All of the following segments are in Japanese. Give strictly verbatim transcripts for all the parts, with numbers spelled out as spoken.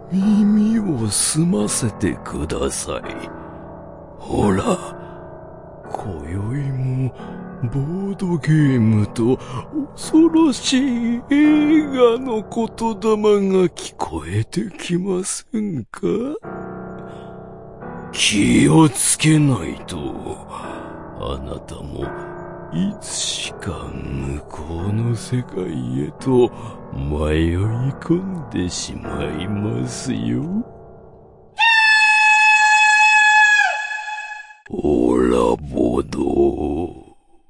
耳を澄ませてください。ほら、今宵もボードゲームと恐ろしい映画の言霊が聞こえてきませんか？気をつけないと、あなたもいつしか向こうの世界へと迷い込んでしまいますよ。オラボド。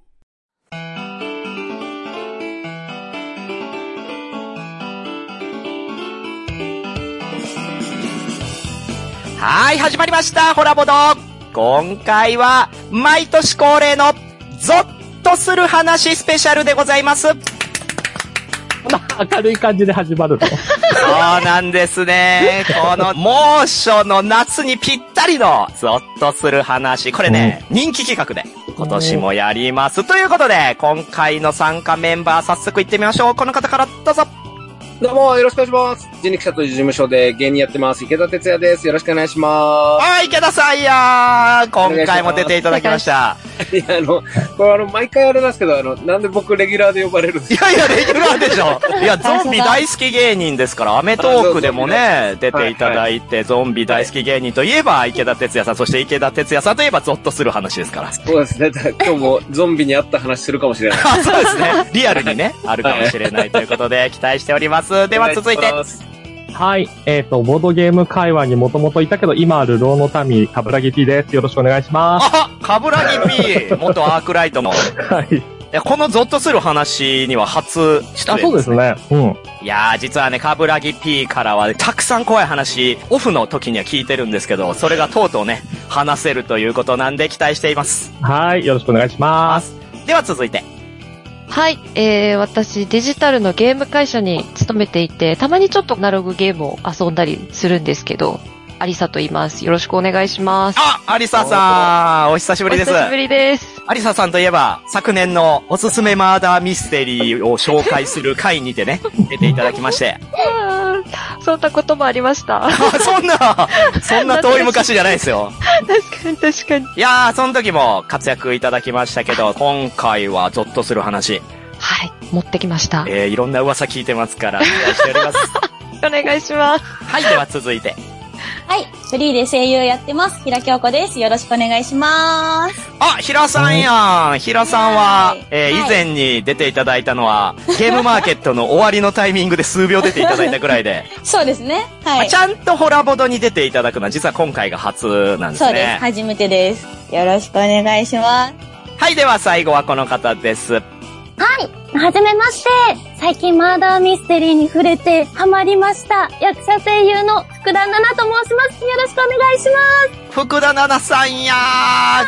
はい、始まりました、ホラボド。今回は毎年恒例のゾッとする話スペシャルでございます。 こんな明るい感じで始まるの。 そうなんですね。この猛暑の夏にぴったりのゾッとする話。これね、人気企画で今年もやります。ということで、今回の参加メンバー早速行ってみましょう。この方からどうぞ。 どうも、よろしくお願いします。人力車という事務所で芸人やってます。池田哲也です。よろしくお願いします。 はい、池田さんやー。今回も出ていただきました。 いや、あの、これあの、毎回あれなんですけど、あの、なんで僕レギュラーで呼ばれるんですか？ いやいや、レギュラーでしょ。いや、ゾンビ大好き芸人ですから、アメトークでもね、出ていただいて、ゾンビ大好き芸人といえば、池田哲也さん、そして池田哲也さんといえばゾッとする話ですから。 そうですね。今日もゾンビに会った話するかもしれない。 あ、そうですね。リアルにね、あるかもしれないということで、期待しております。では続いて。 はい。えっ、ー、と、ボードゲーム界隈にもともといたけど、今あるローの民、カブラギ P です。よろしくお願いします。 あ、カブラギ P、元アークライトの。 はい。いや、このゾッとする話には初出演です、ね。 あ、そうですね。うん。 いやー、実はね、カブラギ P からは、たくさん怖い話、オフの時には聞いてるんですけど、それがとうとうね、話せるということなんで期待しています。 はい。よろしくお願いします。 では続いて。 はい、えー、私デジタルのゲーム会社に勤めていて、たまにちょっとアナログゲームを遊んだりするんですけど、アリサと言います。よろしくお願いします。 あ、アリサさん、お久しぶりです。 お久しぶりです。 アリサさんといえば、昨年のおすすめマーダーミステリーを紹介する回にてね、出ていただきまして。 そんなこともありました。 そんな、そんな遠い昔じゃないですよ。 確かに確かに。 いやー、その時も活躍いただきましたけど、今回はゾッとする話。 はい、持ってきました。 えー、いろんな噂聞いてますから、期待しております。 お願いします。 はい、では続いて。 はい、フリーで声優やってます。平京子です。よろしくお願いします。 あ、平さんやん。平さんは、えー、以前に出ていただいたのは、ゲームマーケットの終わりのタイミングで数秒出ていただいたくらいで。 そうですね。はい。 ちゃんとホラボドに出ていただくのは、実は今回が初なんですね。 そうです。初めてです。よろしくお願いします。 はい、では最後はこの方です。 はい。はじめまして。最近マーダーミステリーに触れてハマりました。役者声優の福田奈々と申します。よろしくお願いします。 福田奈々さんやー。はい。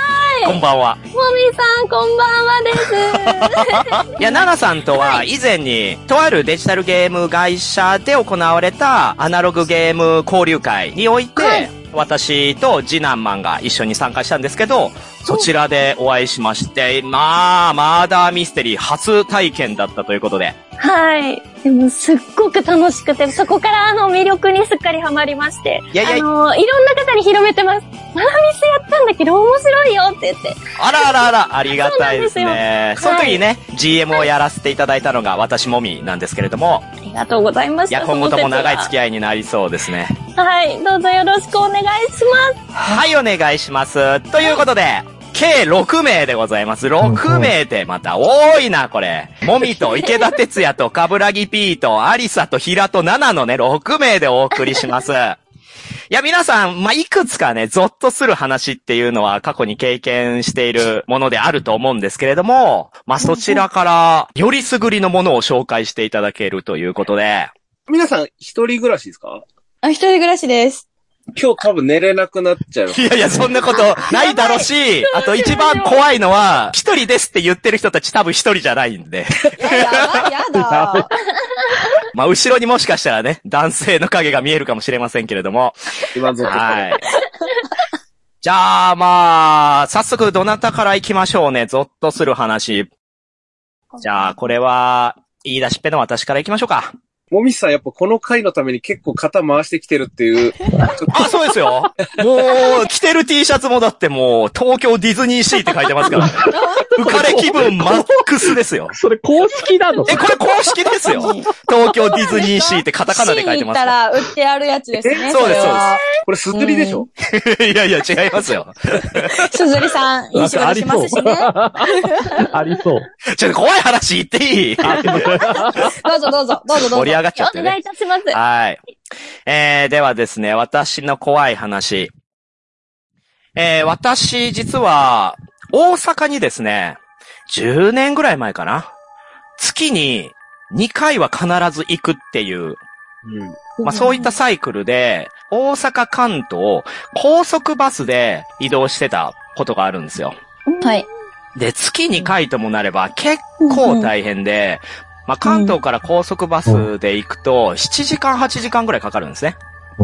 こんばんは。 もみさん、こんばんはです。 いや、奈々さんとは以前に、とあるデジタルゲーム会社で行われたアナログゲーム交流会において、はい、私と次男マンが一緒に参加したんですけど、そちらでお会いしまして、まあ、マーダーミステリー初体験だったということで。 はい。でもすっごく楽しくて、そこからあの魅力にすっかりハマりまして、いやいやあのいろんな方に広めてます。マダミスやったんだけど面白いよって言って。 あらあらあら、ありがたいですね。そ, その時にね、はい、ジーエム をやらせていただいたのが私もみなんですけれども。 ありがとうございました。 いや、今後とも長い付き合いになりそうですね。 はい。どうぞよろしくお願いします。 はい、お願いします。ということで、計ろくめいでございます。ろくめいでまた多いな、これ。もみと池田哲也とかぶらぎ P とアリサと平とナナのね、ろくめいでお送りします。いや、皆さん、まあ、いくつかね、ゾッとする話っていうのは過去に経験しているものであると思うんですけれども、まあ、そちらから、よりすぐりのものを紹介していただけるということで。 皆さん、一人暮らしですか？ あ、一人暮らしです。 今日多分寝れなくなっちゃう。 いやいや、そんなことないだろうし、あと一番怖いのは、一人ですって言ってる人たち多分一人じゃないんで。 やだ、やだ。 まあ、後ろにもしかしたらね、男性の影が見えるかもしれませんけれども。 今ぞはい。じゃあ、まあ、早速どなたから行きましょうね。ゾッとする話。じゃあ、これは、言い出しっぺの私から行きましょうか。 もみさんやっぱこの回のために結構肩回してきてるっていう。 あ、そうですよ。もう、着てる T シャツもだってもう、東京ディズニーシーって書いてますから。浮かれ気分マックスですよ。 それ公式なの？ え、これ公式ですよ。東京ディズニーシーってカタカナで書いてます。 シー行ったら売ってあるやつですね。 そうです、そうです。 これすずりでしょ、 うん、いやいや、違いますよ。 すずりさん、いい仕事しますしね。 ありそう。 ちょっと怖い話言っていい？どうぞどうぞ、どうぞどうぞ。 盛り上がっちゃってね。 お願いいたします。 はい。えー、ではですね、私の怖い話。えー、私、実は、大阪にですね、じゅうねんぐらい前かな。月ににかいは必ず行くっていう、うんまあそういったサイクルで、大阪関東、高速バスで移動してたことがあるんですよ。 はい。 で、月にかいともなれば結構大変で、まあ関東から高速バスで行くと、しちじかん、はちじかんぐらいかかるんですね。 うん。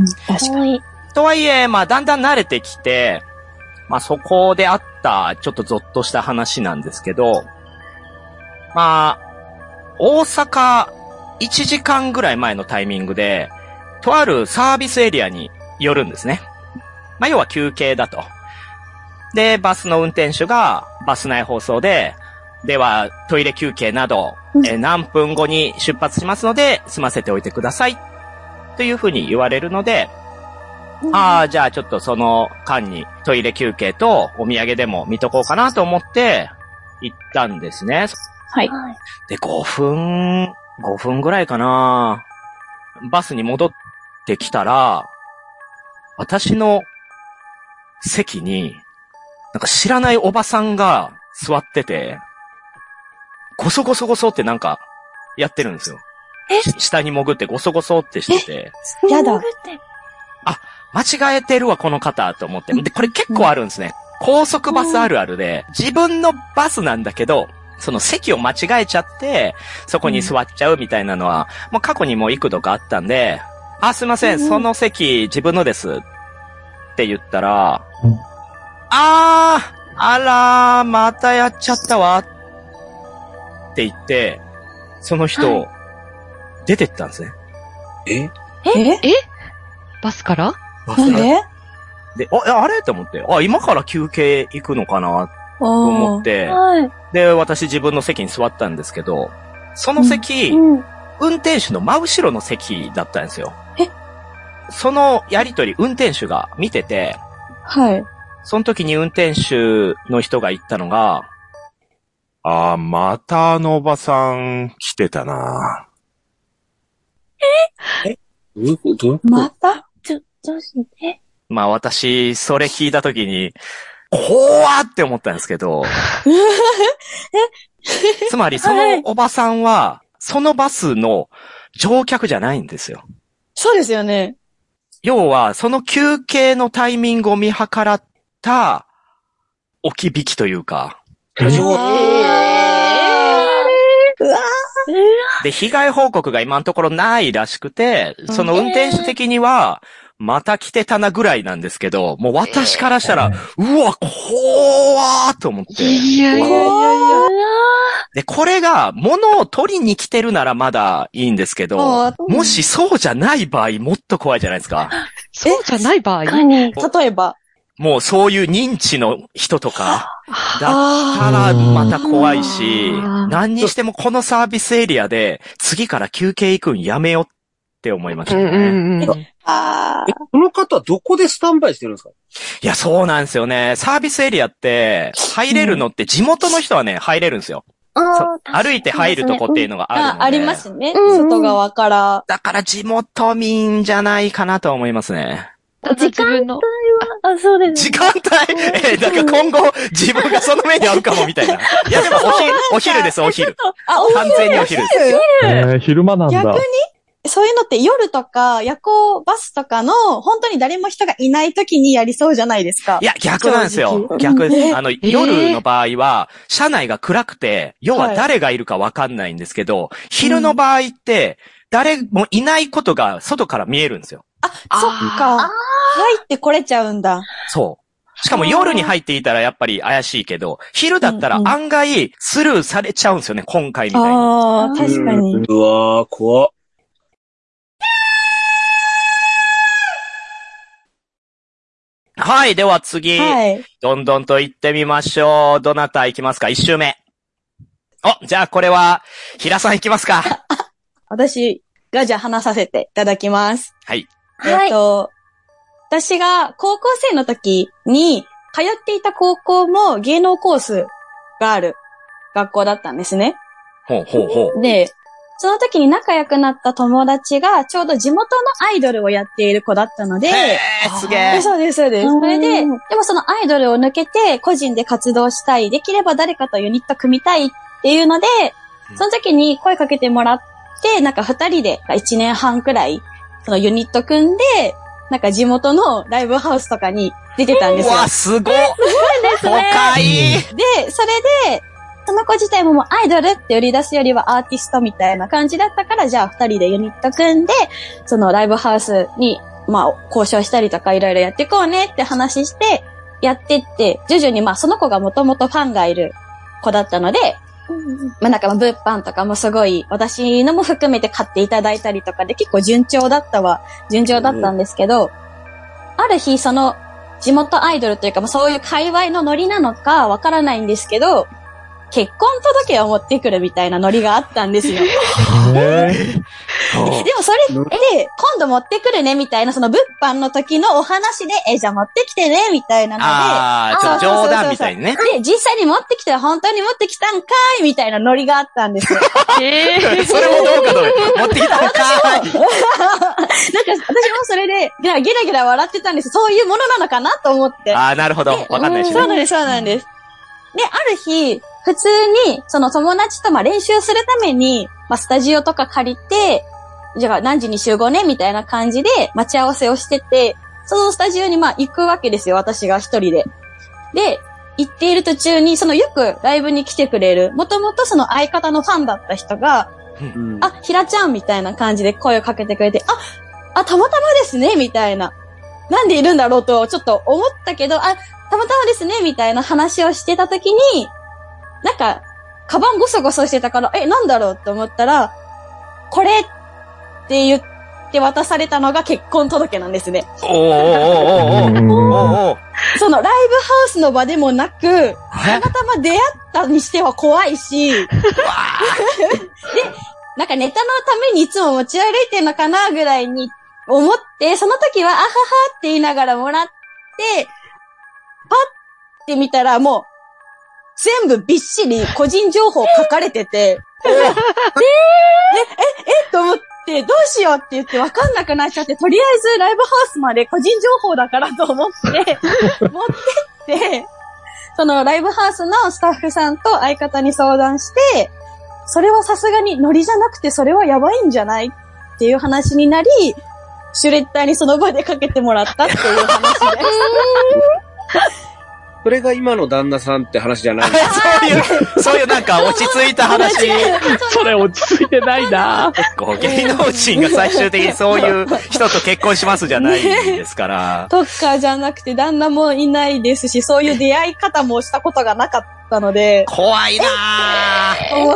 確かに。 とはいえ、まあだんだん慣れてきて、まあそこであったちょっとゾッとした話なんですけど、まあ、大阪いちじかんぐらい前のタイミングで、とあるサービスエリアに寄るんですね。まあ要は休憩だと。で、バスの運転手がバス内放送で、ではトイレ休憩など、えー、何分後に出発しますので済ませておいてください。というふうに言われるので、ああ、じゃあちょっとその間にトイレ休憩とお土産でも見とこうかなと思って行ったんですね。 はい。 で、ごふん、ごふんぐらいかな。バスに戻ってきたら、私の席に、なんか知らないおばさんが座ってて、ゴソゴソゴソってなんかやってるんですよ。 え？ 下に潜ってゴソゴソってしてて。 やだ。 あ、間違えてるわ、この方と思って。で、これ結構あるんですね。高速バスあるあるで、自分のバスなんだけど、その席を間違えちゃって、そこに座っちゃうみたいなのは、もう過去にも幾度かあったんで、あ、すいません、その席自分のですって言ったら、あー、あらー、またやっちゃったわって言って、その人、出てったんですね。 えええバスからなんでで、あ、あれと思って、あ、今から休憩行くのかなと思って、 はい。 で、私自分の席に座ったんですけど、その席、 うん。 運転手の真後ろの席だったんですよ。 え？ そのやりとり、運転手が見てて、 はい。 その時に運転手の人が言ったのが、 あー、またあのおばさん来てたな。 えどういうことどういうことまたちょ、どうしてまあ私、それ聞いた時に、怖って思ったんですけど、つまりそのおばさんは、そのバスの乗客じゃないんですよ。 そうですよね。 要は、その休憩のタイミングを見計らった置き引きというか。 えー、うわで、被害報告が今のところないらしくて、その運転手的には、また来てたなぐらいなんですけど、もう私からしたら、うわ、怖ーと思って。 いやいやいやいや。 で、これが物を取りに来てるならまだいいんですけど、もしそうじゃない場合もっと怖いじゃないですか。 そうじゃない場合確かに。 例えば。 もうそういう認知の人とか、だったらまた怖いし、何にしてもこのサービスエリアで次から休憩行くんやめよって思いましたね。 うんうんうん、 あえ、この方はどこでスタンバイしてるんですか？ いや、そうなんですよね。サービスエリアって入れるのって地元の人はね、入れるんですよ。歩いて入るとこっていうのがあるので。 あ、ありますね。 うんうん、 外側から。 だから地元民じゃないかなと思いますね。 時間帯は、あ、そうです、 ね。時間帯えー、なんか今後自分がその目にあるかもみたいな。いやでもお昼、お昼です、お昼。 あ、お昼。 完全にお昼です。 えー、昼間なんだ。 逆にそういうのって夜とか夜行バスとかの本当に誰も人がいない時にやりそうじゃないですか。 いや、逆なんですよ。逆です。あの、夜の場合は、車内が暗くて、要は誰がいるかわかんないんですけど、はい、昼の場合って、誰もいないことが外から見えるんですよ。 あ、そっか。入ってこれちゃうんだ。 そう。 しかも夜に入っていたらやっぱり怪しいけど、昼だったら案外スルーされちゃうんですよね、今回みたいに。 ああ、確かに。 うわー、怖っ。 はい、では次、はい、どんどんと行ってみましょう。どなた行きますか？一周目。お、じゃあこれは、平さん行きますか？ 私がじゃあ話させていただきます。 はい。 えっと、私が高校生の時に通っていた高校も芸能コースがある学校だったんですね。 ほうほうほう。 で、その時に仲良くなった友達がちょうど地元のアイドルをやっている子だったので、 へー、すげー。 そうです、そうです。それで、でもそのアイドルを抜けて個人で活動したい、できれば誰かとユニット組みたいっていうので、その時に声かけてもらって、なんか二人で一年半くらい、そのユニット組んで、なんか地元のライブハウスとかに出てたんですよ。 うわ、すごい。 ですね。 深い。 で、それで、その子自体ももうアイドルって売り出すよりはアーティストみたいな感じだったから、じゃあ二人でユニット組んで、そのライブハウスに、まあ、交渉したりとかいろいろやっていこうねって話して、やってって、徐々にまあ、その子がもともとファンがいる子だったので、まあなんか物販とかもすごい私のも含めて買っていただいたりとかで結構順調だったわ、順調だったんですけど、ある日その地元アイドルというかそういう界隈のノリなのかわからないんですけど、結婚届を持ってくるみたいなノリがあったんですよ。でもそれで今度持ってくるねみたいなその物販の時のお話で、え、じゃあ持ってきてねみたいなので、 ああ、ちょっと冗談みたいにね。 で、実際に持ってきて本当に持ってきたんかーいみたいなノリがあったんですよ。 えー、それもどうかと持ってきたんかーい。 なんか私もそれでゲラゲラ笑ってたんです。そういうものなのかなと思って。 ああ、なるほど。わかんないしね。 そうなんです、そうなんです。で、ある日、普通に、その友達とまあ練習するために、まあスタジオとか借りて、じゃあ何時に集合ねみたいな感じで待ち合わせをしてて、そのスタジオにまあ行くわけですよ、私が一人で。で、行っている途中に、そのよくライブに来てくれる、もともとその相方のファンだった人が、うん、あ、ひらちゃんみたいな感じで声をかけてくれて、あ、あ、たまたまですねみたいな。なんでいるんだろうとちょっと思ったけど、あ、たまたまですねみたいな話をしてた時に、なんか、カバンゴソゴソしてたから、え、なんだろうって思ったら、これって言って渡されたのが結婚届なんですね。 おーおーおーおーおーそのライブハウスの場でもなく、たまたま出会ったにしては怖いし、で、なんかネタのためにいつも持ち歩いてんのかなぐらいに思って、その時は、あははって言いながらもらって、パッて見たらもう、全部びっしり個人情報書かれてて、で、え、え、え、と思って、どうしようって言って分かんなくなっちゃって、とりあえずライブハウスまで個人情報だからと思って、持ってって、そのライブハウスのスタッフさんと相方に相談して、それはさすがにノリじゃなくてそれはやばいんじゃないっていう話になり、シュレッダーにその場でかけてもらったっていう話です。 それが今の旦那さんって話じゃないそういう、そういうなんか落ち着いた話。 それ落ち着いてないなこう芸能人が最終的にそういう人と結婚しますじゃないですから。 とかじゃなくて旦那もいないですし、そういう出会い方もしたことがなかったので。 怖いなぁ。思って、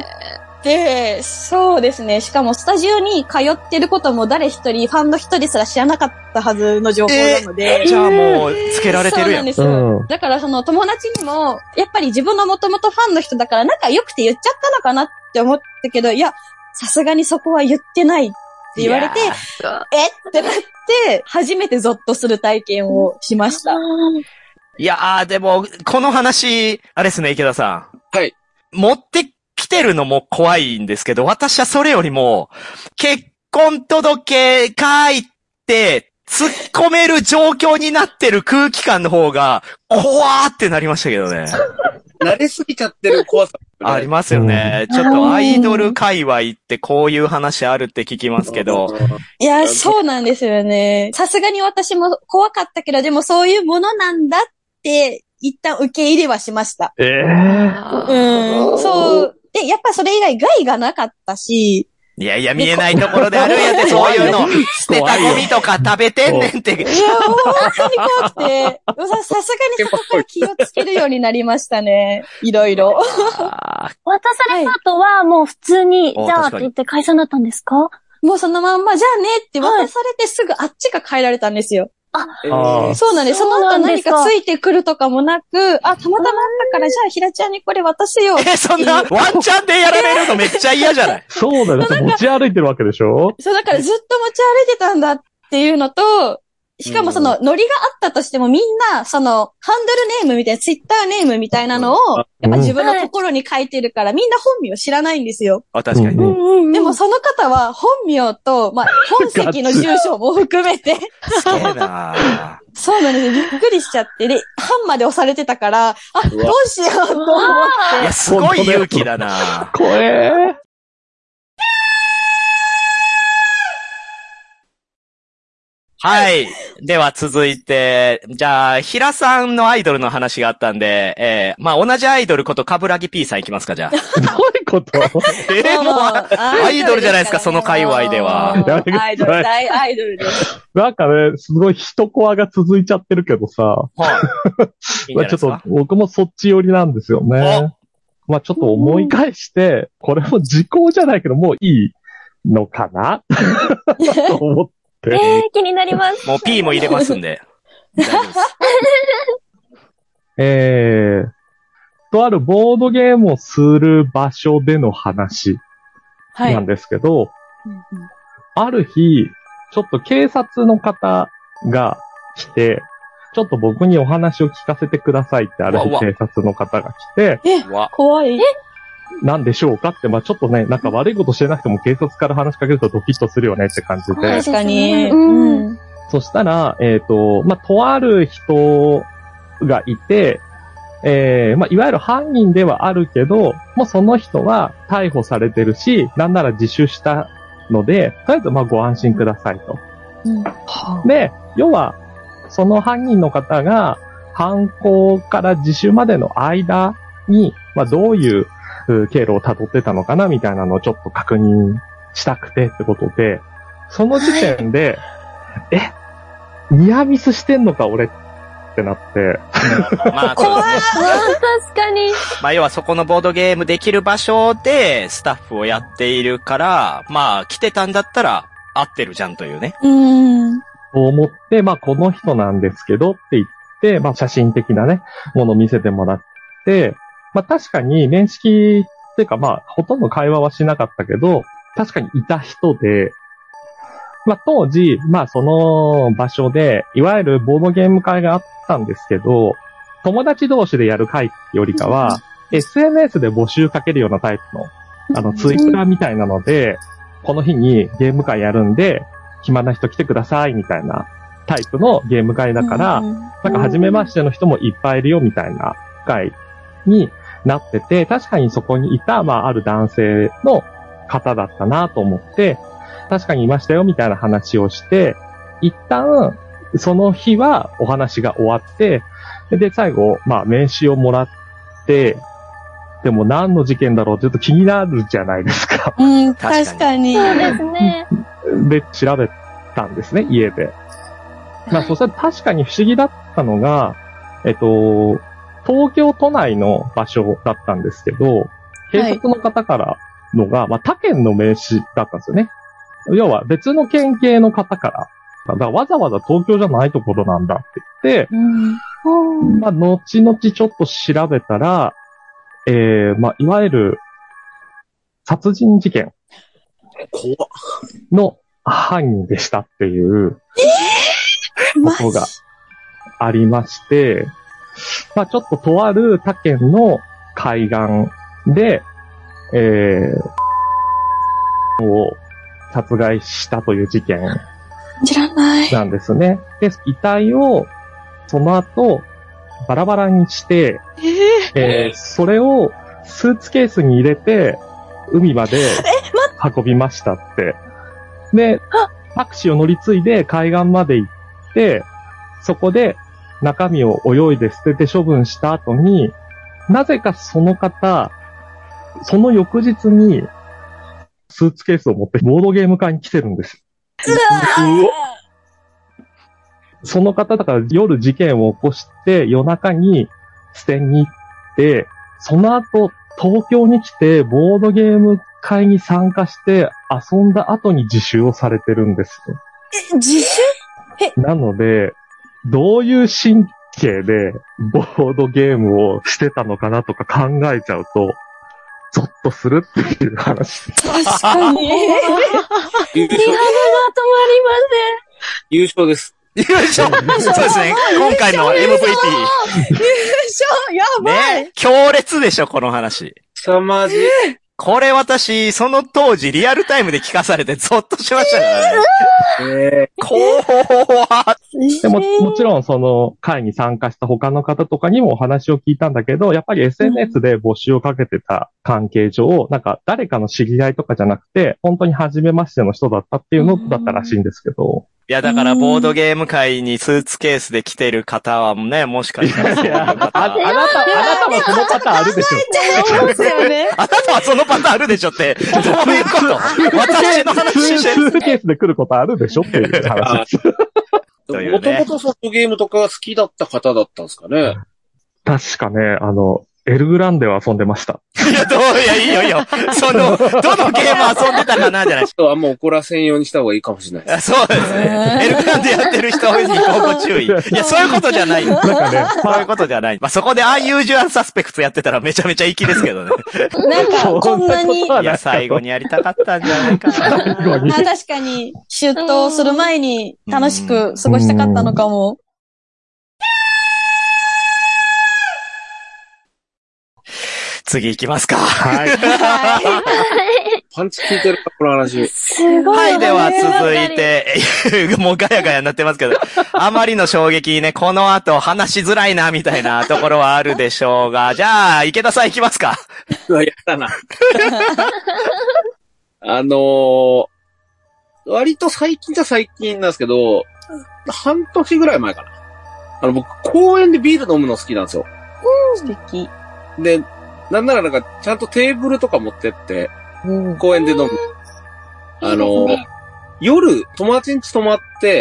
そうですね。しかもスタジオに通ってることも誰一人、ファンの一人すら知らなかったはずの情報なので。 えー、じゃあもう、つけられてるやん。 そうなんですよ。うん、だからその友達にも、やっぱり自分のもともとファンの人だから仲良くて言っちゃったのかなって思ったけど、いや、さすがにそこは言ってないって言われて、えってなって、初めてゾッとする体験をしました。 いやー、でも、この話、あれですね、池田さん。はい。 持って来てるのも怖いんですけど、私はそれよりも、結婚届書いて、突っ込める状況になってる空気感の方が、怖ーってなりましたけどね。 慣れすぎちゃってる怖さ、 ね。ありますよね。ちょっとアイドル界隈ってこういう話あるって聞きますけど。 いや、そうなんですよね。さすがに私も怖かったけど、でもそういうものなんだって、一旦受け入れはしました。 ええー。 うん。そう。で、やっぱそれ以外害がなかったし、 いやいや、見えないところであるんやって、そういうの。捨てたゴミとか食べてんねんって。いや、 本当に怖くて、さすがにそこから気をつけるようになりましたね。いろいろ。 渡された後はもう普通に、じゃあって言って解散だったんですか？ もうそのまんま、じゃあねって渡されてすぐあっちが変えられたんですよ。 あ、 えー、そうなんです。その後何かついてくるとかもなく、あ、たまたまあったから、じゃあひらちゃんにこれ渡すよ。 え、そんな、ワンチャンでやられるのめっちゃ嫌じゃない？ そうだよ。だって持ち歩いてるわけでしょ？ そう、だからずっと持ち歩いてたんだっていうのと、しかもその、ノリがあったとしてもみんな、その、ハンドルネームみたいな、ツイッターネームみたいなのを、やっぱ自分のところに書いてるから、みんな本名知らないんですよ。 あ、確かにね。 でもその方は本名と、まあ、本籍の住所も含めて。 すげえなそうなんです。びっくりしちゃって、で、半まで押されてたから、あ、どうしようと思って。 いや、すごい勇気だな怖え。 はい。では続いて、じゃあ、平さんのアイドルの話があったんで、えー、まあ、同じアイドルことカブラギ P さんいきますか、じゃあ。 どういうことえー、もう、アイドルじゃないですか、その界隈では。 アイドル、大アイドルです。 なんかね、すごい一コアが続いちゃってるけどさ。はい。まあちょっと、僕もそっち寄りなんですよね。まあちょっと思い返して、これも時効じゃないけど、もういいのかなと思って。 えー、気になります。 もう P も入れますんで。大丈夫です。 えー、とあるボードゲームをする場所での話なんですけど、はいうんうん、ある日、ちょっと警察の方が来て、ちょっと僕にお話を聞かせてくださいってある日警察の方が来て、 え、怖い。えなんでしょうかって、まあちょっとね、なんか悪いことしてなくても警察から話しかけるとドキッとするよねって感じで。 確かに。 うん。そしたら、えっと、まあとある人がいて、えー、まあいわゆる犯人ではあるけど、もうその人は逮捕されてるし、なんなら自首したので、とりあえずまあご安心くださいと。うん、で、要は、その犯人の方が犯行から自首までの間に、まあどういう経路を辿ってたのかなみたいなのをちょっと確認したくてってことで、その時点で、はい、え、ニアミスしてんのか俺ってなって。 まあ、 怖い。 確かに。 まあ要はそこのボードゲームできる場所でスタッフをやっているから、まあ来てたんだったら合ってるじゃんというね。 うーん。 と思って、まあこの人なんですけどって言って、まあ写真的なね、ものを見せてもらって、まあ確かに面識っていうかまあほとんど会話はしなかったけど、確かにいた人で、まあ当時、まあその場所で、いわゆるボードゲーム会があったんですけど、友達同士でやる会よりかは、エスエヌエス で募集かけるようなタイプの、あのツイッターみたいなので、この日にゲーム会やるんで、暇な人来てくださいみたいなタイプのゲーム会だから、なんか初めましての人もいっぱいいるよみたいな会になってて、確かにそこにいた、まあ、ある男性の方だったなと思って、確かにいましたよみたいな話をして、一旦、その日はお話が終わって、で、最後、まあ、名刺をもらって、でも何の事件だろうってちょっと気になるじゃないですか。 うん、確かに。 そうですね。 で、調べたんですね、家で。まあ、そしたら確かに不思議だったのが、えっと、東京都内の場所だったんですけど、警察の方からのが、はい、まあ、他県の名刺だったんですよね。要は別の県警の方から、だからわざわざ東京じゃないところなんだって言って、うん、まあ、後々ちょっと調べたら、えー、まあ、いわゆる殺人事件の犯人でしたっていうことがありまして、まあちょっととある他県の海岸で、えー、を殺害したという事件なんですね。で、遺体をその後バラバラにして、えーえー、それをスーツケースに入れて海まで運びましたって。で、タクシーを乗り継いで海岸まで行って、そこで中身を泳いで捨てて処分した後に、なぜかその方、その翌日にスーツケースを持ってボードゲーム会に来てるんですよ。その方だから夜事件を起こして夜中に支店に行って、その後東京に来てボードゲーム会に参加して遊んだ後に自首をされてるんですよ。 え、自首？ なので、どういう神経でボードゲームをしてたのかなとか考えちゃうと、ゾッとするっていう話。 確かに。 優リハ勝ブが止まりま優勝です。 優勝そうですね。今回の エムブイピー。 優勝やばい、 ね、強烈でしょ、この話。 凄まじい。 これ私、その当時リアルタイムで聞かされてゾッとしましたからね。 えー、 怖でも、もちろんその会に参加した他の方とかにもお話を聞いたんだけど、やっぱり エスエヌエス で募集をかけてた関係上、なんか誰かの知り合いとかじゃなくて、本当に初めましての人だったっていうのだったらしいんですけど。 いや、だから、ボードゲーム会にスーツケースで来てる方はね、もしかしたらそういう方。 あ、あなた、あなたもそのパターンあるでしょ。 そうですよね。 あなたはそのパターンあるでしょって、どういうこと私の話してスーツケースで来ることあるでしょっていう話です。 もともとソフトゲームとかが好きだった方だったんですかね。 確かね、あの、エルグランデを遊んでました。 いや、どう、いや、いいよいいよ。その、どのゲーム遊んでたかなじゃないですか。あんま怒らせんようにした方がいいかもしれないです。 そうですね。エルグランデやってる人にご注意。いや、そういうことじゃない。なんかね、そういうことじゃない。まあ、そこでアンユージュアルサスペクトやってたらめちゃめちゃ粋ですけどね。 なんか、こんなに。いや、最後にやりたかったんじゃないかな。 あ、確かに、出頭する前に楽しく過ごしたかったのかも。 次行きますか。 はい。 パンチ効いてるか、この話。 すごい。 はい、では続いて、もうガヤガヤになってますけど、あまりの衝撃にね、この後話しづらいな、みたいなところはあるでしょうが、じゃあ、池田さん行きますか。 うわ、やったな。あのー、割と最近じゃ最近なんですけど、半年ぐらい前かな。あの、僕、公園でビール飲むの好きなんですよ。 素敵。 で、なんならなんか、ちゃんとテーブルとか持ってって、公園で飲む。あの、ね、夜、友達ん家泊まって、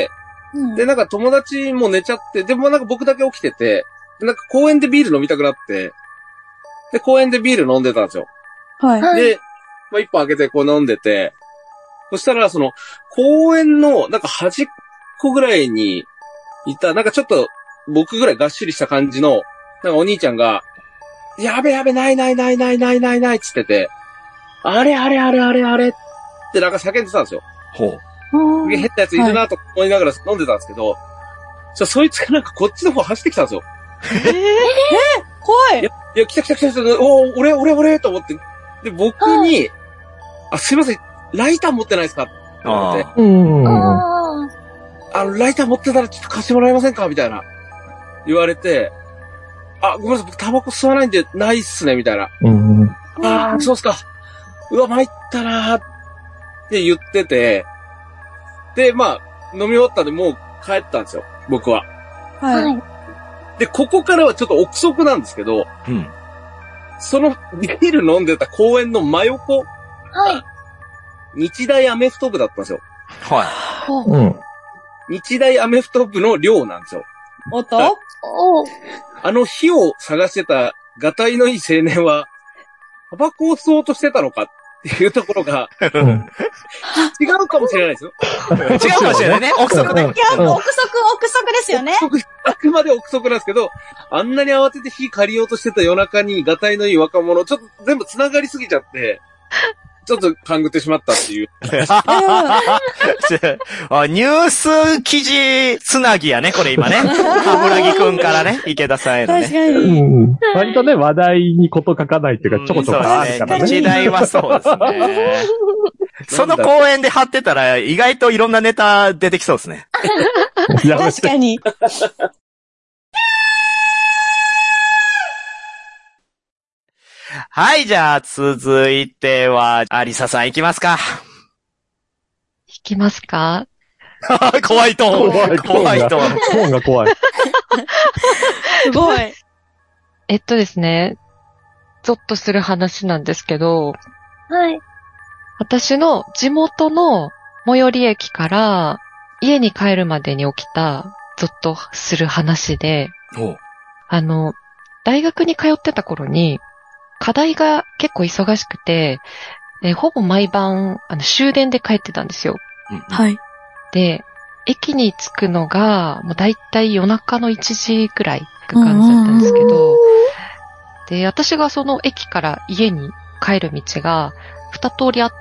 うん、で、なんか友達も寝ちゃって、でもなんか僕だけ起きてて、でなんか公園でビール飲みたくなって、で、公園でビール飲んでたんですよ。 はい。 で、まあ、一本開けてこう飲んでて、そしたら、その、公園の、なんか端っこぐらいにいた、なんかちょっと、僕ぐらいがっしりした感じの、なんかお兄ちゃんが、やべやべ、ないないないないないないないっつってて、あれあれあれあれあれってなんか叫んでたんですよ。 ほう。変なやついるなと思いながら飲んでたんですけど、はい、そいつがなんかこっちの方走ってきたんですよ。 えー、えー、怖い。 いや、いや来た来た来た来た、おー、俺俺俺と思って、で、僕に、あ、すいません、ライター持ってないですかって言われて、 うん。 あの、ライター持ってたらちょっと貸してもらえませんかみたいな。言われて、あ、ごめんなさい、僕タバコ吸わないんでないっすね、みたいな。 うん。 ああ、そうっすか。うわ、参ったなーって言ってて、で、まあ、飲み終わったんでもう帰ったんですよ、僕は。 はい。 で、ここからはちょっと憶測なんですけど、 うん。 そのビール飲んでた公園の真横、 はい。 日大アメフト部だったんですよ。 はい。 うん。 日大アメフト部の寮なんですよ。 おっとおあの火を探してた、がたいのいい青年は、タバコを吸おうとしてたのかっていうところが、違うかもしれないですよ。 違うかもしれないね。憶測ね。いや、 憶測、憶測ですよね。 あくまで憶測なんですけど、あんなに慌てて火借りようとしてた夜中に、がたいのいい若者、ちょっと全部繋がりすぎちゃって、ちょっと勘ぐってしまったっていう。 あ、ニュース記事つなぎやね、これ今ね。かぶらぎくんからね、池田さんへのね。 確かに。 うん、割とね、話題にこと書かないっていうか、ちょこちょこあるからね。 時代はそうですね。その公園で貼ってたら、意外といろんなネタ出てきそうですね。 確かに。 はい、じゃあ、続いては、アリサさん行きますか。 行きますか怖いトーン。 怖い、 怖いトーン。 トーンが怖い。 すごい。 えっとですね、ゾッとする話なんですけど、 はい。 私の地元の最寄り駅から家に帰るまでに起きたゾッとする話で、 おあの、大学に通ってた頃に課題が結構忙しくて、えほぼ毎晩あの終電で帰ってたんですよ。 うん、 はい。 で、駅に着くのがもうだいたい夜中のいちじくらい行く感じだったんですけど、で、私がその駅から家に帰る道が二通りあって、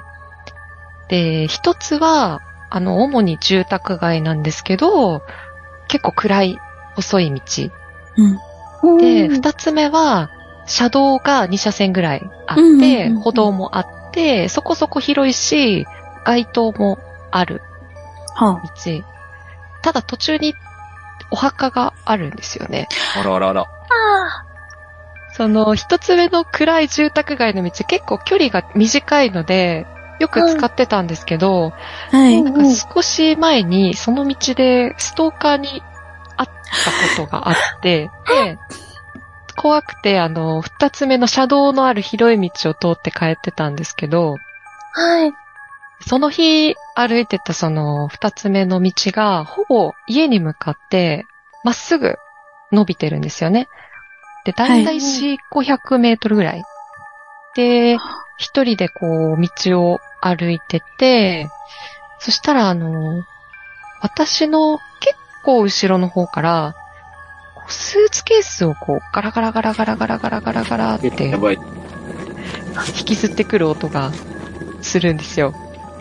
で、一つは、あの、主に住宅街なんですけど、結構暗い、細い道。 うん。 で、二つ目は、車道がに車線ぐらいあって、 うんうんうん歩道もあって、そこそこ広いし、街灯もあるは道。ただ途中にお墓があるんですよね。 あらあらあら。 あその一つ目の暗い住宅街の道結構距離が短いのでよく使ってたんですけど、 あ。はい。 なんか少し前にその道でストーカーに会ったことがあって、で怖くてあの二つ目の車道のある広い道を通って帰ってたんですけど、 はい。 その日歩いてたその二つ目の道がほぼ家に向かってまっすぐ伸びてるんですよね。で、だいたいよん、ごひゃくメートルぐらい。で、一人でこう、道を歩いてて、そしたらあの、私の結構後ろの方から、スーツケースをこう、ガラガラガラガラガラガラガラガラって、 やばい。 引きずってくる音がするんですよ。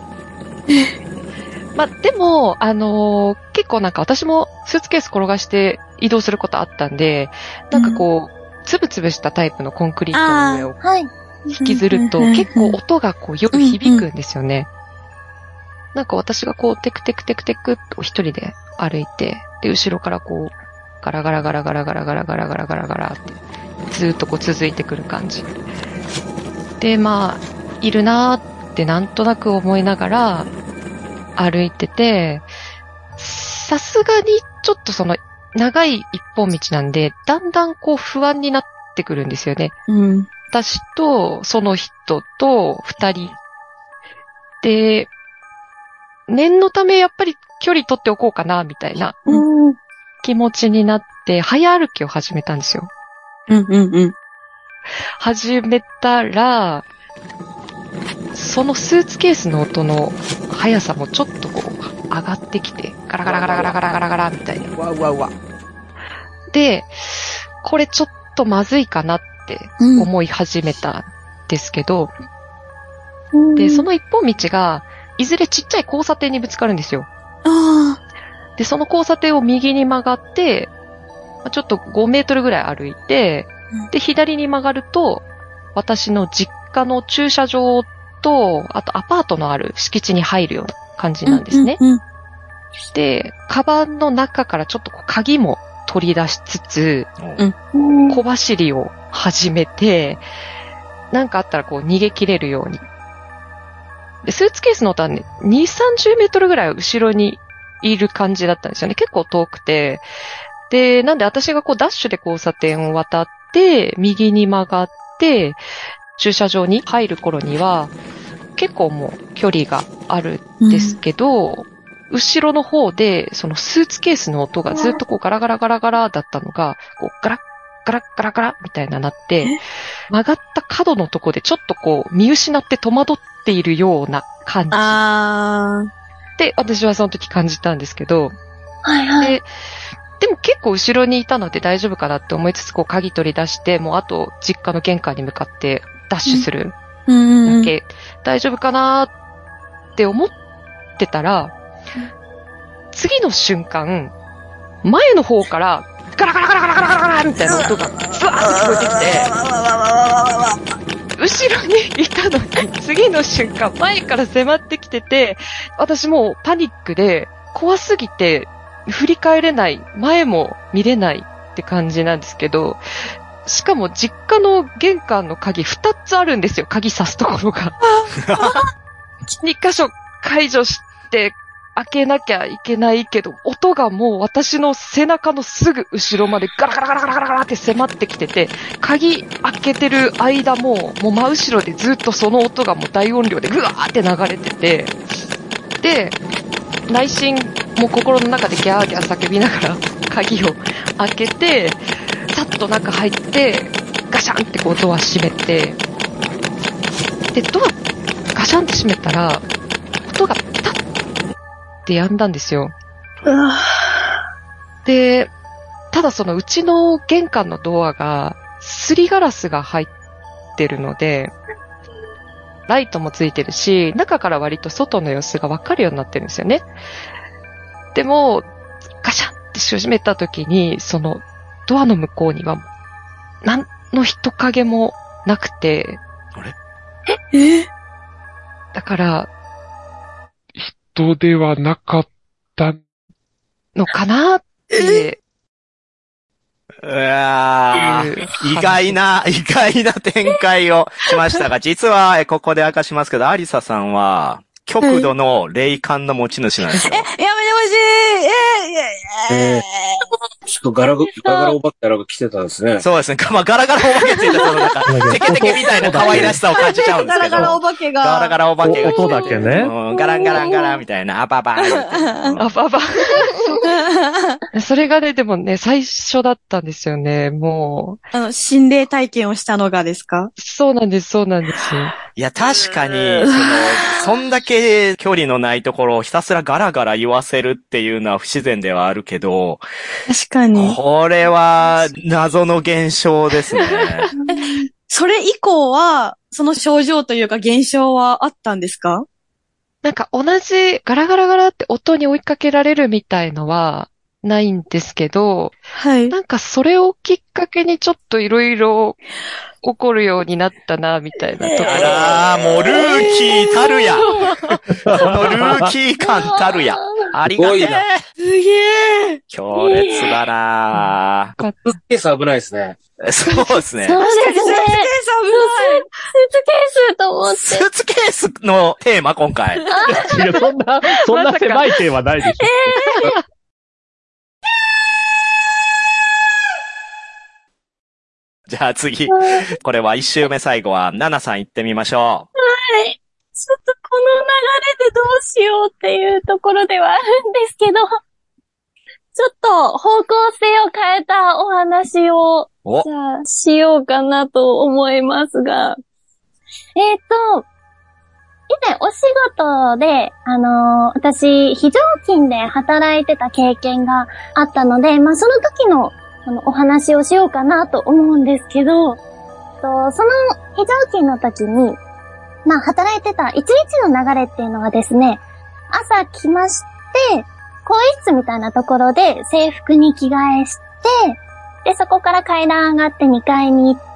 まあ、でも、あのー、結構なんか私もスーツケース転がして移動することあったんで、なんかこう、つぶつぶしたタイプのコンクリートの上をはい。 引きずると結構音がこうよく響くんですよね。なんか私がこうテクテクテクテクっと一人で歩いて、で、後ろからこう、ガラガラガラガラガラガラガラガラガラガラってずーっとこう続いてくる感じ。で、まあ、いるなーってなんとなく思いながら歩いてて、さすがにちょっとその長い一本道なんで、だんだんこう不安になってくるんですよね。 うん。 私とその人と二人。で、念のためやっぱり距離取っておこうかな、みたいなうん。 気持ちになって、早歩きを始めたんですよ。 うんうんうん。 始めたら、そのスーツケースの音の速さもちょっとこう上がってきて、ガラガラガラガラガラガラガラみたいな。 わうわうわ。 で、これちょっとまずいかなって思い始めたんですけど、 うん、 で、その一本道が、いずれちっちゃい交差点にぶつかるんですよ。 あで、その交差点を右に曲がって、ちょっとごメートルぐらい歩いて、で、左に曲がると、私の実家の駐車場と、あとアパートのある敷地に入るような感じなんですね。 うんうんうん、 で、カバンの中からちょっとこう鍵も取り出しつつ、 うん、 小走りを始めて、なんかあったらこう逃げ切れるように。で、スーツケースの音はね、に、さんじゅうメートルぐらい後ろにいる感じだったんですよね。結構遠くて。で、なんで私がこうダッシュで交差点を渡って、右に曲がって、駐車場に入る頃には、結構もう距離があるんですけど、うん、後ろの方で、そのスーツケースの音がずっとこうガラガラガラガラだったのが、こうガラッガラッガラガラみたいななって、曲がった角のとこでちょっとこう見失って戸惑っているような感じ。 あで、私はその時感じたんですけど、 はいはい。 で、でも結構後ろにいたので大丈夫かなって思いつつ、こう鍵取り出して、もうあと実家の玄関に向かってダッシュするだけ、うんうん、大丈夫かなって思ってたら、次の瞬間、前の方からガラガラガラガラガラガラガラみたいな音がブワーッと聞こえてきて、後ろにいたのに次の瞬間前から迫ってきてて、私もうパニックで怖すぎて振り返れない、前も見れないって感じなんですけど、しかも実家の玄関の鍵ふたつあるんですよ、鍵刺すところが。に箇所解除して開けなきゃいけないけど、音がもう私の背中のすぐ後ろまでガラガラガラガラガラガラって迫ってきてて、鍵開けてる間も、もう真後ろでずっとその音がもう大音量でぐわーって流れてて、で、内心もう心の中でギャーギャー叫びながら鍵を開けて、さっと中入って、ガシャンってこうドア閉めて、で、ドアガシャンって閉めたら、音がピタッって止んだんですよ。 うわで、ただそのうちの玄関のドアが、すりガラスが入ってるので、ライトもついてるし、中から割と外の様子がわかるようになってるんですよね。でも、ガシャンって閉めた時に、そのドアの向こうには、何の人影もなくて、 あれえだから、 人ではなかったのかなって、 うわー、意外な、意外な展開をしましたが、実は、えここで明かしますけど、アリサさんは、極度の霊感の持ち主なんですよ。 え、やめてほしいえー、えー、えちょっとガラガラガラお化けが来てたんですね。 そうですね。まあ、ガラガラお化けって言ったら、そのなんか、テケテケみたいな可愛らしさを感じちゃうんですけど。 ガラガラお化けが。 ガラガラお化けが来て。 音だけね。 うん、ガランガランガランみたいな、アババーン。 あばば。それがね、でもね、最初だったんですよね、もう。 あの、心霊体験をしたのがですか？ そうなんです、そうなんです。 いや、確かに、その、そんだけ距離のないところをひたすらガラガラ言わせるっていうのは不自然ではあるけど、 確かに。 これは謎の現象ですね。 それ以降は、その症状というか現象はあったんですか？ なんか同じガラガラガラって音に追いかけられるみたいのはないんですけど、 はい。 なんかそれをきっかけにちょっといろいろ起こるようになったな、みたいなところ。 あらー、もうルーキーたるや。このルーキー感たるや。ありがてえ。 すげえ。 強烈だなスーツケース危ないですね。 そうですね。 そうですね。 スーツケース危ない。 スーツケースと思って。 スーツケースのテーマ今回。 いや、そんな、そんな狭いテーマないでしょ。 じゃあ次。これは一周目最後は、ナナさん行ってみましょはい。ちょっとこの流れでどうしようっていうところではあるんですけど、ちょっと方向性を変えたお話を、 おじゃあしようかなと思いますが、えっと、以前お仕事で、あのー、私、非常勤で働いてた経験があったので、まあ、その時の、あの、お話をしようかなと思うんですけど、とその非常勤の時に、まあ、働いてた一日の流れっていうのはですね、朝来まして、更衣室みたいなところで制服に着替えして、で、そこから階段上がってにかいに行って、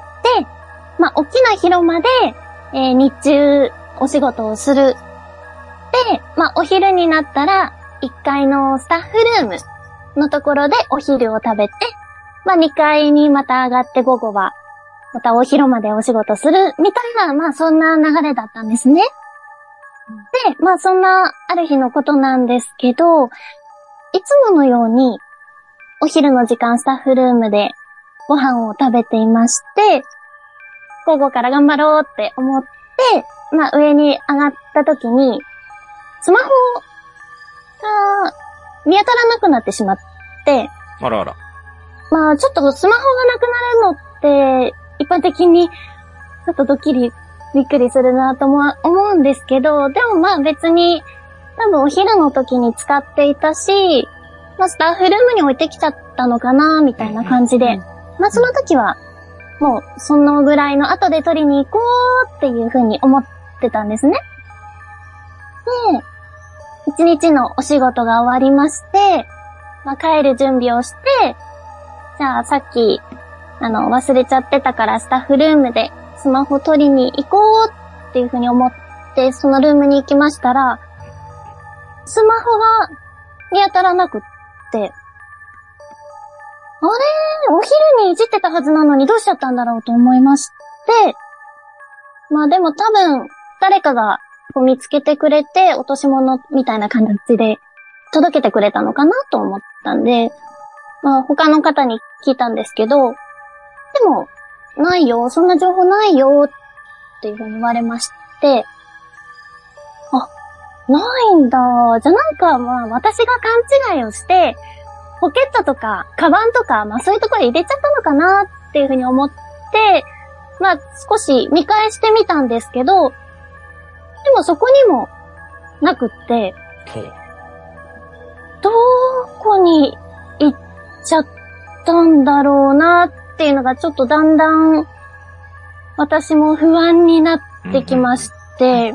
まあ、大きな広間で、えー、日中お仕事をする。で、まあ、お昼になったら、いっかいのスタッフルームのところでお昼を食べて、まあ、にかいにまた上がって午後は、またお昼までお仕事する、みたいな、まあ、そんな流れだったんですね。で、まあ、そんな、ある日のことなんですけど、いつものように、お昼の時間スタッフルームでご飯を食べていまして、午後から頑張ろうって思って、まあ、上に上がった時に、スマホが見当たらなくなってしまって、 う。あらあら。 まあ、ちょっとスマホがなくなるのって、一般的に、ちょっとドッキリ、びっくりするなとも思うんですけど、でもまあ別に、多分お昼の時に使っていたし、まあスタッフルームに置いてきちゃったのかな、みたいな感じで、まあその時は、もうそのぐらいの後で取りに行こうっていう風に思ってたんですね。で、一日のお仕事が終わりまして、まあ帰る準備をして、じゃあさっき、あの、忘れちゃってたからスタッフルームでスマホ取りに行こうっていう風に思って、そのルームに行きましたら、スマホが見当たらなくって、あれお昼にいじってたはずなのにどうしちゃったんだろうと思いまして、まあでも多分誰かがこう見つけてくれて落とし物みたいな感じで届けてくれたのかなと思ったんで、まあ他の方に聞いたんですけど、でも、ないよ、そんな情報ないよっていうふうに言われまして、あ、ないんだ。じゃあなんかまあ私が勘違いをして、ポケットとか、カバンとか、まあそういうところに入れちゃったのかなっていうふうに思って、まあ少し見返してみたんですけど、でもそこにもなくって、どこに行っちゃったんだろうなっていうのがちょっとだんだん私も不安になってきまして、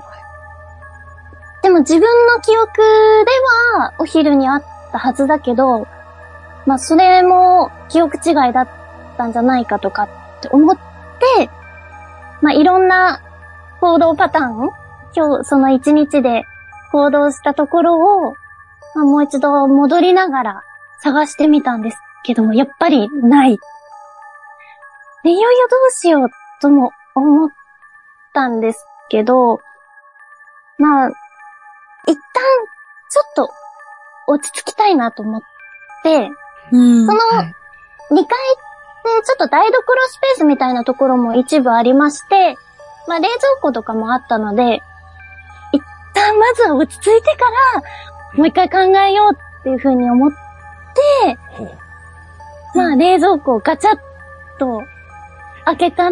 でも自分の記憶ではお昼にあったはずだけど、まあそれも記憶違いだったんじゃないかとかって思って、まあいろんな行動パターン、今日その一日で行動したところを、まあ、もう一度戻りながら探してみたんですけども、やっぱりない。で、いよいよどうしようとも思ったんですけど、まあ、一旦ちょっと落ち着きたいなと思って、 うん。 そのにかいでちょっと台所スペースみたいなところも一部ありまして、まあ冷蔵庫とかもあったので、一旦まずは落ち着いてから、もう一回考えようっていう風に思って、まあ冷蔵庫をガチャッと開けたら、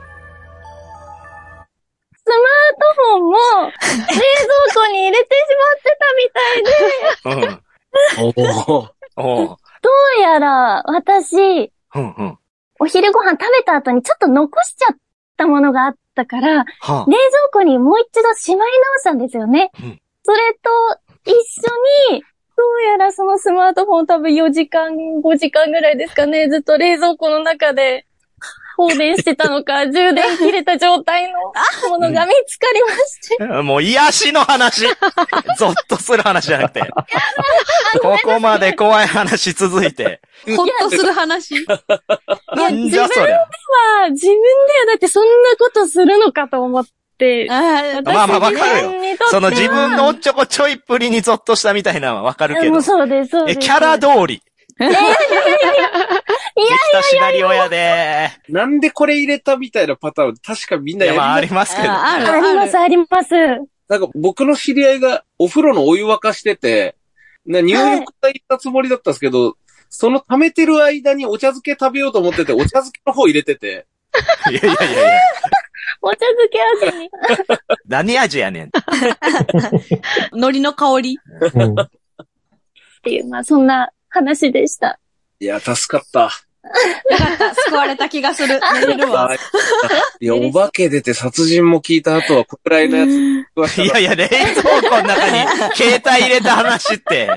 スマートフォンも冷蔵庫に入れてしまってたみたいで、 おー。 おう。 どうやら私、 うんうん。 お昼ご飯食べた後にちょっと残しちゃったものがあったから、 は冷蔵庫にもう一度しまい直したんですよね。 うんそれと一緒に、どうやらそのスマートフォン多分よじかん、ごじかんぐらいですかね、ずっと冷蔵庫の中で放電してたのか、充電切れた状態のものが見つかりまして。 あ。もう癒しの話。ゾッとする話じゃなくて。ここまで怖い話続いて。 ほっとする話。 なんじゃそりゃ。 まあ、自分ではだってそんなことするのかと思って、 あまあまあわかるよ。その自分のおっちょこちょいっぷりにゾッとしたみたいなのはわかるけど。 もうそうです、そうです。 え、キャラ通り。 いやいやいやいや。 できたシナリオやでなんでこれ入れたみたいなパターン、確かみんー。や、 ないやりまあありますけど。 あるあります、あります。 なんか僕の知り合いがお風呂のお湯沸かしてて、な入浴剤入れたつもりだったんですけど、はい、その溜めてる間にお茶漬け食べようと思ってて、お茶漬けの方入れてて。 いやいやいやいや。 お茶漬け味に。 何味やねん。 海苔の香り。 うん、 っていう、まあそんな話でした。 いや、助かった。 よかった。救われた気がする。寝れるわ。 いや、お化け出て殺人も聞いた後は、こくらいのやつ。 いやいや、冷蔵庫の中に携帯入れた話って。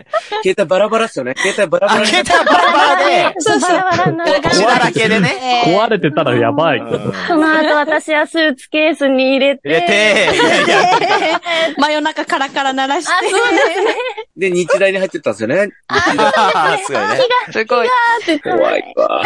携帯バラバラっすよね。携帯バラバラ。 あ、携帯バラバラで。 そうそう。バラバラな血だらけでね。 壊れてたらやばい。 その後私はスーツケースに入れて。 入れて、いやいや。 真夜中カラカラ鳴らして。 あ、そうですね。 で、日大に入ってったんですよね。 あ、そうすごいね。 すごい。 怖いわ。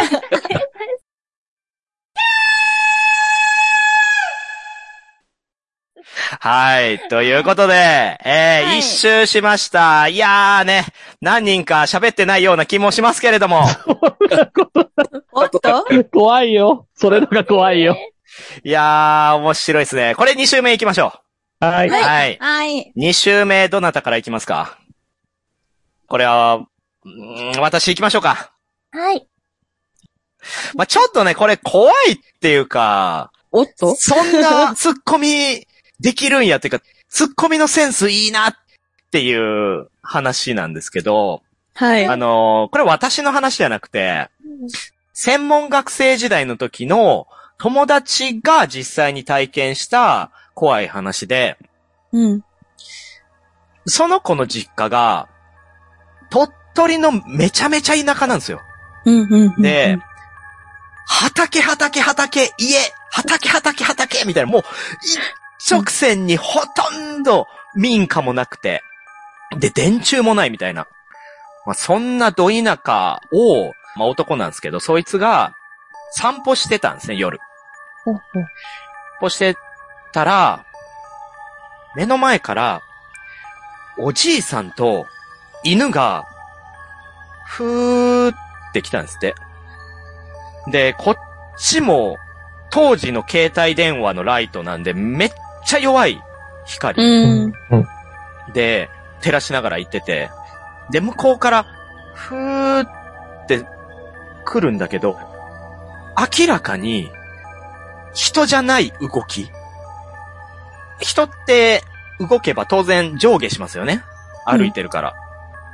はい。ということで、えーはい、一周しました。いやーね、何人か喋ってないような気もしますけれども。 おっと怖いよ。それのが怖いよ。 いやー、面白いですね。これに周目行きましょう。はい。 はい。 はい。 に周目どなたから行きますか？これは、んー私行きましょうか。 はい。 まあ、ちょっとね、これ怖いっていうか、 おっとそんなツッコミできるんやっていうか、ツッコミのセンスいいなっていう話なんですけど、 はい。 あのー、これ私の話じゃなくて、専門学生時代の時の友達が実際に体験した怖い話で、 うん。 その子の実家が、鳥取のめちゃめちゃ田舎なんですよ。 うんうんうんうん、 で、畑畑畑家畑畑畑みたいな、もう一直線にほとんど民家もなくて、で電柱もないみたいな、まあ、そんなど田舎を、まあ、男なんですけど、そいつが散歩してたんですね、夜。 ほうほう。 散歩してたら、目の前からおじいさんと犬が、ふーって来たんですって。で、こっちも、当時の携帯電話のライトなんで、めっちゃ弱い光。 うん。 で、照らしながら行ってて、で、向こうから、ふーって来るんだけど、明らかに、人じゃない動き。人って動けば当然上下しますよね。歩いてるから。うん、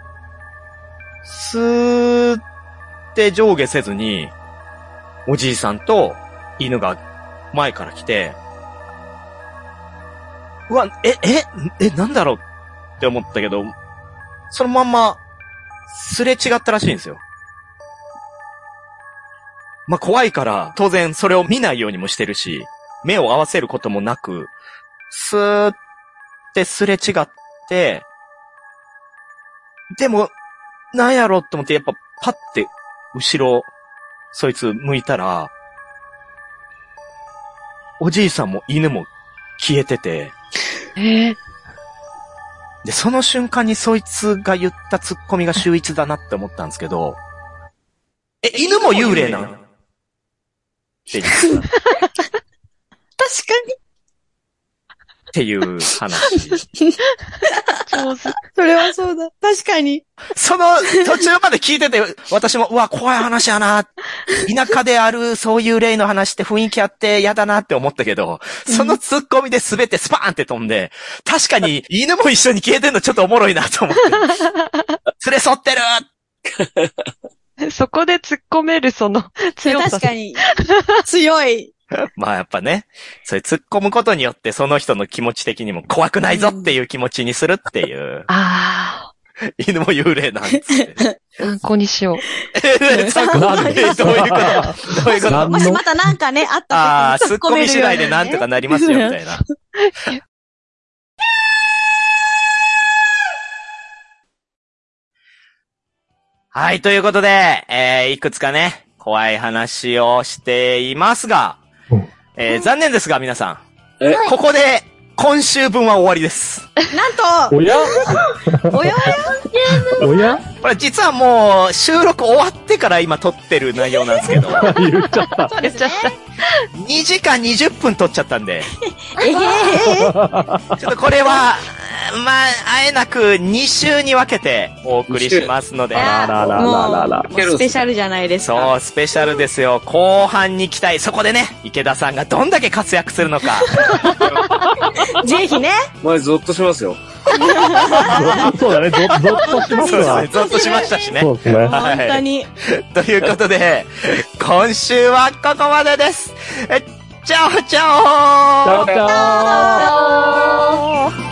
スーって上下せずに、おじいさんと犬が前から来て、うわ、え、え、え、なんだろうって思ったけど、そのまんま、すれ違ったらしいんですよ。まあ、怖いから、当然それを見ないようにもしてるし、目を合わせることもなく、スーってすれ違って、でも、なんやろって思って、やっぱパッて、後ろ、そいつ向いたら、おじいさんも犬も消えてて、 えー、 で、その瞬間にそいつが言ったツッコミが秀逸だなって思ったんですけど、え、犬も幽霊なんって言ってた。 確かに。 っていう話。 上手。 それはそうだ。確かに。 その途中まで聞いてて、私も、うわ、怖い話やな。田舎であるそういう例の話って雰囲気あって嫌だなって思ったけど、そのツッコミで滑ってスパーンって飛んで、確かに犬も一緒に消えてんのちょっとおもろいなと思って。連れ添ってるそこで突っ込めるその強さ。 確かに。強い。 まあやっぱね、それ突っ込むことによってその人の気持ち的にも怖くないぞっていう気持ちにするっていう。 ああ。 犬も幽霊なんですって。 参考にしよう。 え、参考にどういうことどういうこともしまたなんかね、あった時にああ、突っ込み次第でなんとかなりますよ、みたいな。はい、ということで、えー、いくつかね、怖い話をしていますが、 うんえー、残念ですが皆さん、 えここで今週分は終わりです。 なんとおやおやおやこれ実はもう収録終わってから今撮ってる内容なんですけど、 言っちゃった。 そうですね。 にじかんにじゅっぷん撮っちゃったんで、 えー、 ちょっとこれは、まあ、あえなくに週に分けてお送りしますので。 あららららら。 もうスペシャルじゃないですか。 そう、スペシャルですよ。後半に期待。そこでね、池田さんがどんだけ活躍するのか。 ぜひね。 前ゾッとしますよ。 そうだね、ゾッゾッとしますわ。 そうですね、ゾッとしましたしね。 そうですね。 はい本当に。 ということで、今週はここまでです。え、チャオチャオチャオチャオ。